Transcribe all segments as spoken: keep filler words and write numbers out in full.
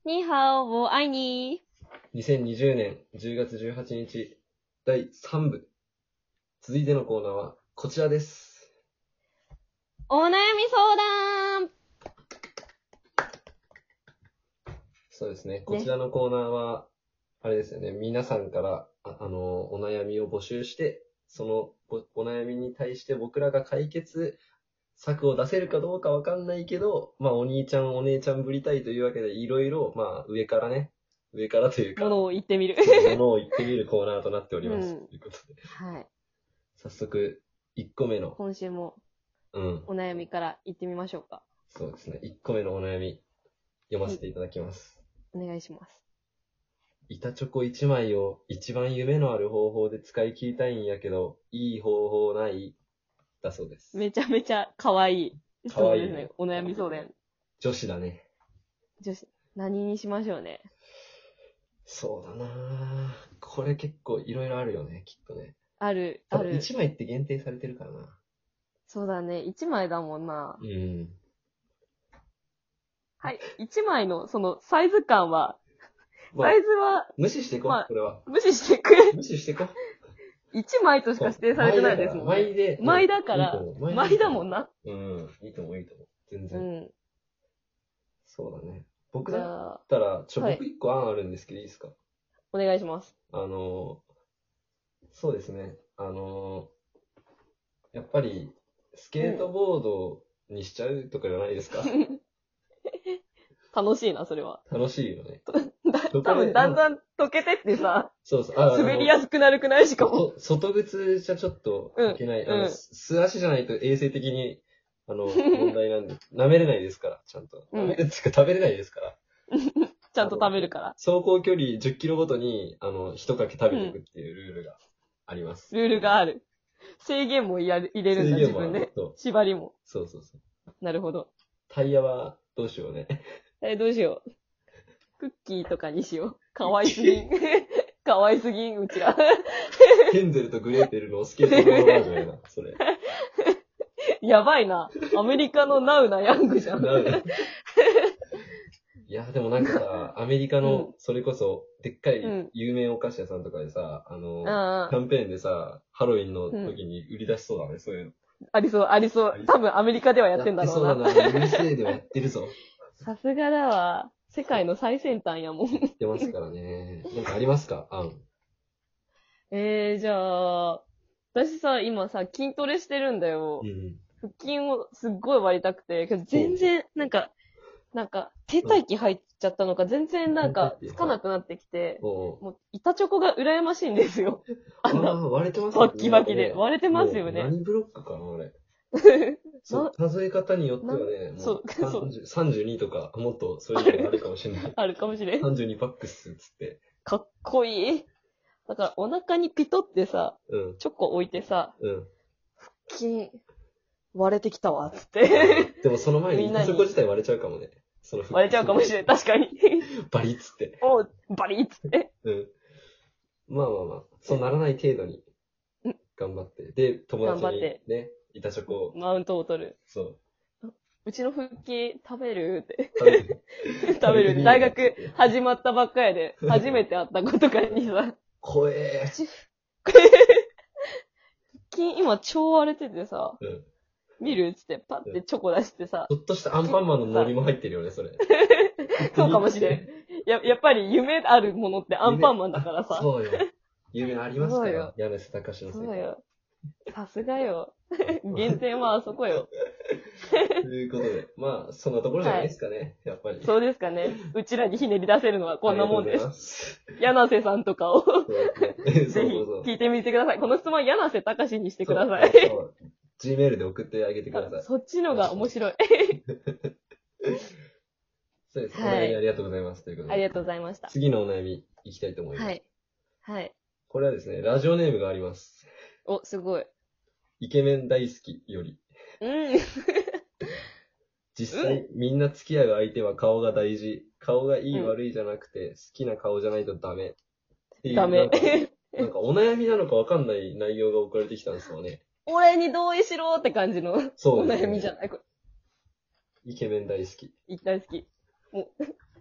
你好，我愛你。 にせんにじゅうねんじゅうがつじゅうはちにちだいさんぶ。続いてのコーナーはこちらです。 お悩み相談。 そうですね。こちらのコーナーは、あれですよね。皆さんから、あ、あの、お悩みを募集して、そのお、お悩みに対して僕らが解決策を出せるかどうかわかんないけど、まあ、お兄ちゃん、お姉ちゃんぶりたいというわけで、いろいろ、まあ、上からね、上からというか、 ものを言ってみる。 ものを言ってみるコーナーとなっております。 うんということで。 はい。 早速、いっこめの、 今週もうん、 お悩みから言ってみましょうか。 そうですね。いっこめのお悩み、読ませていただきます。 お願いします。 板チョコいちまいを一番夢のある方法で使い切りたいんやけど、いい方法ないだそうです。 めちゃめちゃ可愛い質可愛い問ですね。お悩み相談。 女子だね。 女子、何にしましょうね。 そうだなぁ。これ結構いろいろあるよね、きっとね。 ある、 多分ある。 いちまいって限定されてるからな。 そうだね。いちまいだもんな。 うん。 はい。いちまいのそのサイズ感は、 まあサイズは無視していこう、 まあこれは。 無視してくれ。 無視していこう。 いちまいとしか指定されてないですもんね。 舞で。 舞だからうんいいと思う、 舞だもんな。 うん。いいと思う、いいと思う。全う然。 ん。 そうだね。僕だっじゃあ、 たら、ちょ、 はい僕一個案あるんですけど、いいですか？ お願いします。 あの、そうですね。あの、やっぱり、スケートボードにしちゃうとかじゃないですか。 楽しいな、それは。 楽しいよね。 だどこで多分だんだん溶けてってさ、 そうそう。あ滑りやすくなるくないしかも。 そ外靴じゃちょっといけない。あの、 うんうん素足じゃないと衛生的に、あの、問題なんで、舐めれないですから、ちゃんと。 うん舐めるっていうか食べれないですから。 ちゃんと食べるから。 走行距離じゅっキロごとに、あの、一かけ食べていくっていうルールがあります。 ルールがある。制限もやる入れるんだ、 制限もある自分で。 そう縛りも。 そうそうそう。 なるほど。 タイヤはどうしようね。 え、どうしよう。クッキーとかにしよう。かわいすぎん。かわいすぎん、うちら。 ヘンゼルとグレーテルのスケートボードバージョンやな、それ。 やばいな。アメリカのナウなヤングじゃん。 なるいや、でもなんかさ、アメリカうの、それこそ、でっかいうん有名お菓子屋さんとかでさ、あの、 ああキャンペーンでさ、ハロウィンの時に売り出しそうだね、そういうの。 ありそう、ありそう。多分アメリカではやってんだろうな。 やってそうだな、ユーエスエー ではやってるぞ。 さすがだわ。世界の最先端やもん。 やってますからね。なんかありますか？あん。 えー、じゃあ、私さ、今さ、筋トレしてるんだよ。 うん。 腹筋をすっごい割りたくて、けど全然、なんか、なんか、停滞期入っちゃったのか、全然なんか、つかなくなってきて、 おうもう、板チョコが羨ましいんですよ。あんな、 あー、割れてますバッキバキで。割れてますよね。 もう何ブロックかな、あれ。そう、数え方によってはね、もそううそうさんじゅう、さんじゅうにとか、もっとそういうのがあるかもしれない。 あるかもしれん。 さんじゅうにパックスっつって。 かっこいい。だから、お腹にピトってさ、 うん。 チョコ置いてさ、 うん。 腹筋、割れてきたわ、つって。 でもその前に、 みんなに板チョコ自体割れちゃうかもね。その割れちゃうかもしれん。確かに。 バリッつって。 おう、バリッつって。 うん。まあまあまあ、そうならない程度にうん、 頑張って。で、友達に頑張ってね、板チョコを、 マウントを取る。 そう。 うちの腹筋食べるって。 食べて食べる。 みる大学始まったばっかやで、初めて会った子とかにさ、 怖えうち、腹筋今超割れててさ、 ー。うん。 見るっつってパッてチョコ出してさち、ょっとしたアンパンマンのノリも入ってるよね、それ。 そうかもしれん。や、やっぱり夢あるものってアンパンマンだからさ。 そうよ。夢ありますからそうよ、 柳瀬隆の世界。 そうよ。さすがよ。原点はあそこよ。 ということで、まあ、そんなところじゃないですかね、やっぱり。 そうですかね。うちらにひねり出せるのはこんなもんでありがとうございす。 ます。 柳瀬さんとかをそうですね。 ぜひそうそう聞いてみてください。この質問は柳瀬隆にしてください。 そうそう Gmail で送ってあげてください。 そっちのが面白い。 そうです。 はいお悩みありがとうございます。ということで。 ありがとうございました。 次のお悩みいきたいと思います。 はい。はい。 これはですね、ラジオネームがあります。 お、すごい。 イケメン大好きより。 うん。 実際、みんな付き合う相手は顔が大事。顔がいいうん悪いじゃなくて、好きな顔じゃないとダメ。っていうダメなんか。なんかお悩みなのかわかんない内容が送られてきたんですよね。 俺に同意しろって感じのおそうですね悩みじゃない。これイケメン大好き。 大好き。もう、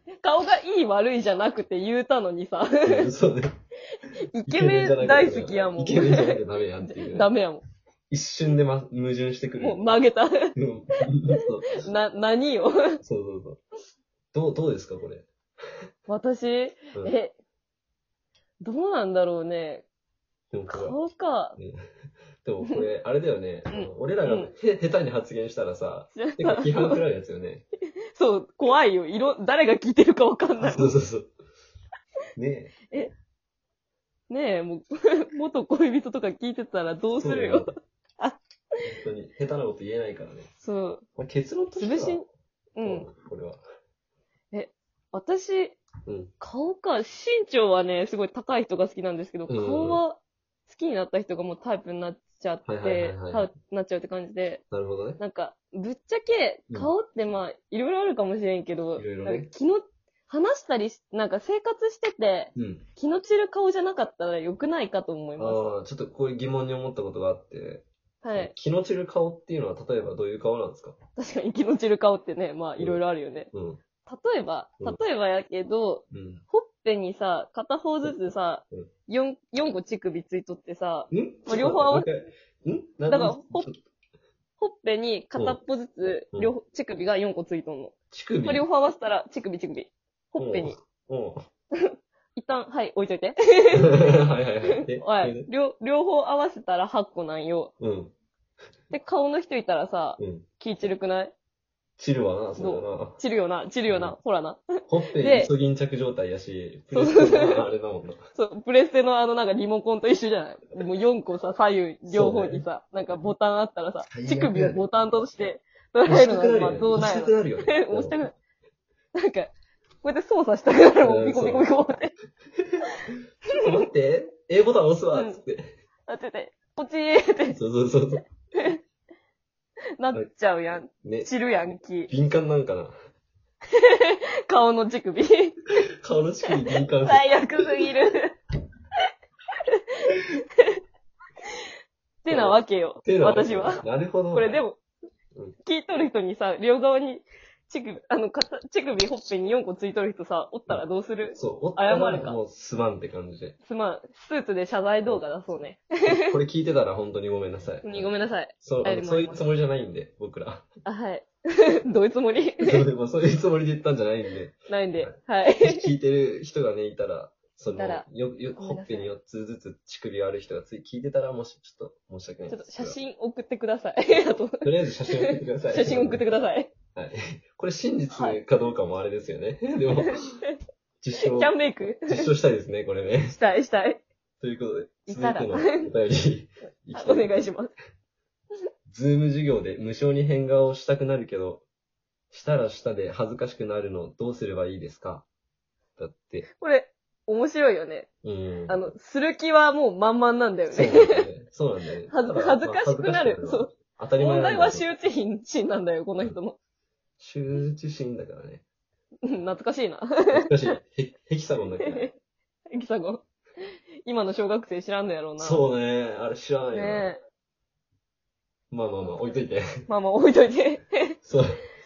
顔がいい悪いじゃなくて言うたのにさ、 そうね。 イケメン大好きやもん。 イケメンじゃなきゃダメやんっていう、ね。 ダメやもん。 一瞬で、ま、矛盾してくる。 もう曲げた。 うんそうな、何よ。 そうそうそう。どう、どうですか、これ。 私、 うん、 え、どうなんだろうね。 でもこれ顔か。 ね、でもこれ、あれだよね。 うん、 あの俺らがへ、下手に発言したらさ、結構批判食らうやつよね。 そう、怖いよ。色、誰が聞いてるかわかんない。 そうそうそう。ねえ。え、ねえ、もう、元恋人とか聞いてたらどうするよ。 本当に、下手なこと言えないからね。 そう。 まあ、結論としては。 潰し、うん。 これは。 え、私、 うん、 顔か、身長はね、すごい高い人が好きなんですけど、 うんうん、 顔は好きになった人がもうタイプになっちゃって、 はいはいはいはい、 タイプになっちゃうって感じで。 なるほどね。 なんか、ぶっちゃけ、顔ってまあ、いろいろあるかもしれんけど、 いろいろね、 なんか気の、話したりし、なんか生活してて、うん、気の散る顔じゃなかったら良くないかと思います。 ああ、ちょっとこういう疑問に思ったことがあって、 はい。 気の散る顔っていうのは、例えばどういう顔なんですか？ 確かに気の散る顔ってね、まあ、いろいろあるよね。うん。例えば、例えばやけど、うん、ほっぺにさ、片方ずつさ、うん、4、4個乳首ついとってさ、 んまあ、両方合わせ、 んだからほ、ほっぺに片っぽずつ、両方、乳首がよんこついとんの。 乳首、 まあ、両方合わせたら、乳首乳首。ほっぺに。一旦、はい、置いといて。はいはいはい。両、両方合わせたらはっこなんよ。うん。で、顔の人いたらさ、うん、気散るくない？ 散るわな、そうだな。 散るよな、散るよな、うん、ほらな。 ほっぺにイソギン着状態やし、プレステのあれだもんな。 そう、プレステのあのなんかリモコンと一緒じゃない？もうよんこさ、左右、両方にさ、ね、なんかボタンあったらさ、乳首をボタンとして捉えるのは、まあどうなんやろ。押したくなるよね。押したくなる。なんか、こうやって操作したくなるもん、ピコピコピコって。 ちょっと待って、A ボタン押すわ、つって。 あってて、ポチーって。 そうそうそうそう。 なっちゃうやん。ね。散るやん、気。 敏感なんかな。 顔の乳首。 顔の乳首敏感。 最悪すぎる。ってなわけよ。私は。 なるほど。 これでも、聞いとる人にさ、両側に乳首、あの、乳首ほっぺによんこついとる人さ、おったらどうする？ そう、おったら謝るか。もうすまんって感じで。 すまん。スーツで謝罪動画出そうね。 これ聞いてたら本当にごめんなさい。 ごめんなさい。 そう、あのそういうつもりじゃないんで、僕ら。 あ、はい。どういうつもり？ そうでもそういうつもりで言ったんじゃないんで。 ないんで。はい。 聞いてる人がね、いたら、その、よ、よ、ほっぺによっつずつ乳首ある人がつい聞いてたら、もし、ちょっと申し訳ないです。ちょっと写真送ってください。 あと。とりあえず写真送ってください。 写真送ってください。 はい。これ真実かどうかもあれですよね。はい、でも、実証。 キャンメイク実証したいですね、これね。 したい、したい。 ということで、続いてのお便りお願いします。 ズーム授業で無償に変顔をしたくなるけど、したらしたで恥ずかしくなるのどうすればいいですか？だって。 これ、面白いよね。うん。あの、する気はもう満々なんだよね。 そうなんだよね。そうなんだよね。 恥ずかしくなる。そう。 当たり前問題は羞恥心なんだよ、この人の。 羞恥心だからね。 懐かしいな。 懐かしい。ヘ、ヘキサゴンだっけ？ ヘキサゴン。今の小学生知らんのやろうな。 そうね。あれ知らないよな。ね、まあまあまあ、置いといて。 まあまあ、置いといて。 そう。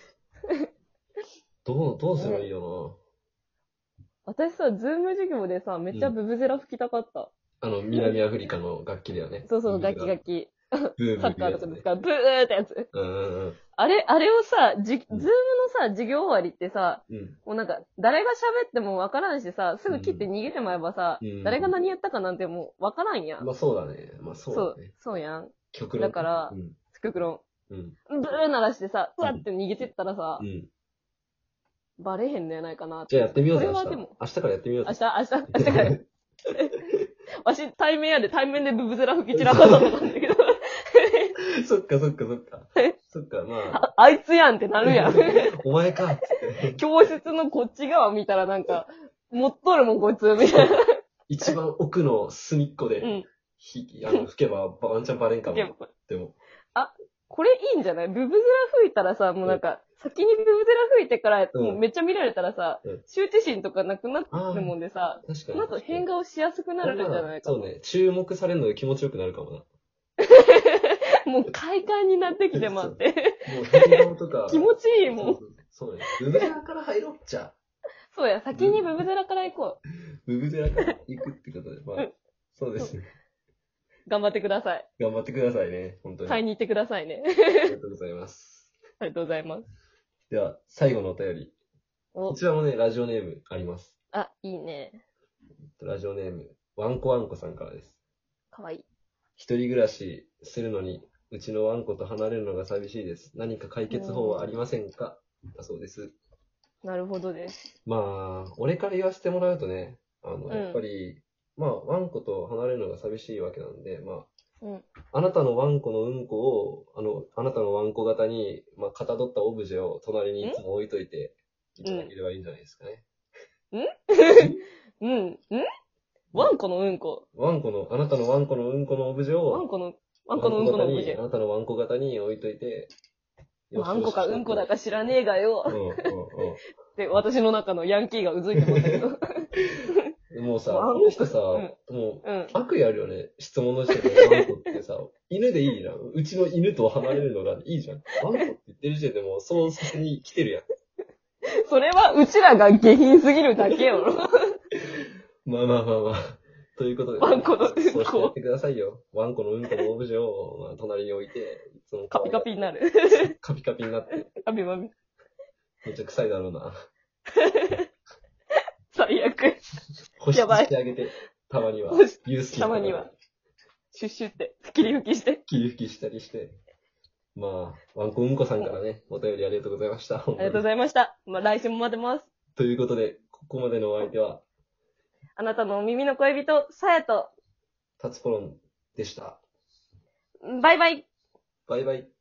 どう、どうすればいいよな。私さ、ズーム授業でさ、めっちゃブブゼラ吹きたかった。 うん、あの、南アフリカの楽器だよね。 そうそう、楽器楽器。 ブーサッカーとかですから、ブーってやつ。 うんうんうん。 あれ、あれをさ、じ、ズームのさ、授業終わりってさ、うん、もうなんか、誰が喋ってもわからんしさ、すぐ切って逃げてまえばさ、うん、誰が何やったかなんてもうわからんやん。 まあそうだね。まあそうだね。 そう、そうやん。 極論。 だから、うん、極論。うん。ブー鳴らしてさ、うわって逃げてったらさ、うん、バレへんのやないかなって。 じゃあやってみようぜ、明日。明日からやってみようぜ。 明日、明日、明日から。わし、対面やで、対面でブブゼラ吹き散らかったんだけど。 そっかそっかそっか。そっか、まあ。 あ、あいつやんってなるやん。 お前かっつって。 教室のこっち側見たらなんか、持っとるもんこいつ、みたいな。 一番奥の隅っこで、うん、ひ、あの、吹けばワンチャンバレんかも。でも。 あ、これいいんじゃない？ブブゼラ吹いたらさ、もうなんか、うん、先にブブゼラ吹いてから、もうめっちゃ見られたらさ、うん、羞恥心とかなくなるもんでさ、 確かに。 その後変顔しやすくなるんじゃないかな。 そうね。注目されるのが気持ちよくなるかもな。 もう快感になってきてまって。 もう変顔とか。 気持ちいいもん。 そうね。ブブゼラから入ろっちゃ。 そうや、先にブブゼラから行こう。 ブブゼラから行くってことで、まあ、そうですね。 頑張ってください。 頑張ってくださいね、本当に。 買いに行ってくださいね。 ありがとうございます。 ありがとうございます。 では、最後のお便り。こお、 ちらもね、ラジオネームあります。 あ、いいね。 ラジオネーム、ワンコワンコさんからです。 かわいい。 一人暮らしするのに、うちのワンコと離れるのが寂しいです。何か解決法はありませんか？だそうです。 なるほどです。 まあ、俺から言わせてもらうとね、あの、 うんやっぱり、まあ、ワンコと離れるのが寂しいわけなんで、まあ、 うん。 あなたのワンコのうんこを、あの、あなたのワンコ型に、まあ、かたどったオブジェを隣にいつも置いといていただければいいんじゃないですかね。 うん。んワンコのうんこ。 ワンコの、あなたのワンコのうんこのオブジェを、 ワンコの、ワンコのうんこのオブジェ。 あなたのワンコ型に置いといて、 ワンコかうんこだか知らねえがよ。 うんうんうん。 で、私の中のヤンキーがうずいてましたけど。 もうさ、この人さ、 うん、 もう、 うん、 悪意あるよね。質問の時点でワンコってさ、犬でいいじゃん。うちの犬と離れるのがいいじゃん。ワンコって言ってる時点でもう、そうさせに来てるやん。 それは、うちらが下品すぎるだけよ。 まあまあまあまあ。ということで、 ワンコのうんこ。 そうしてやってくださいよ。ワンコのうんこのオブジェを、まあ、隣に置いて、いつもカピカピになる。 カピカピになって。 カピカピ。 めっちゃ臭いだろうな。 最悪。 保湿してあげて、たまには。ユースキーたまには。シュッシュって、霧吹きして。 霧吹きしたりして。まあ、ワンコうんこさんからね、お便りありがとうございました。 ありがとうございました。まあ、来週も待ってます。 ということで、ここまでのお相手は、 あなたのお耳の恋人、さやと、 タツポロンでした。 バイバイ。 バイバイ。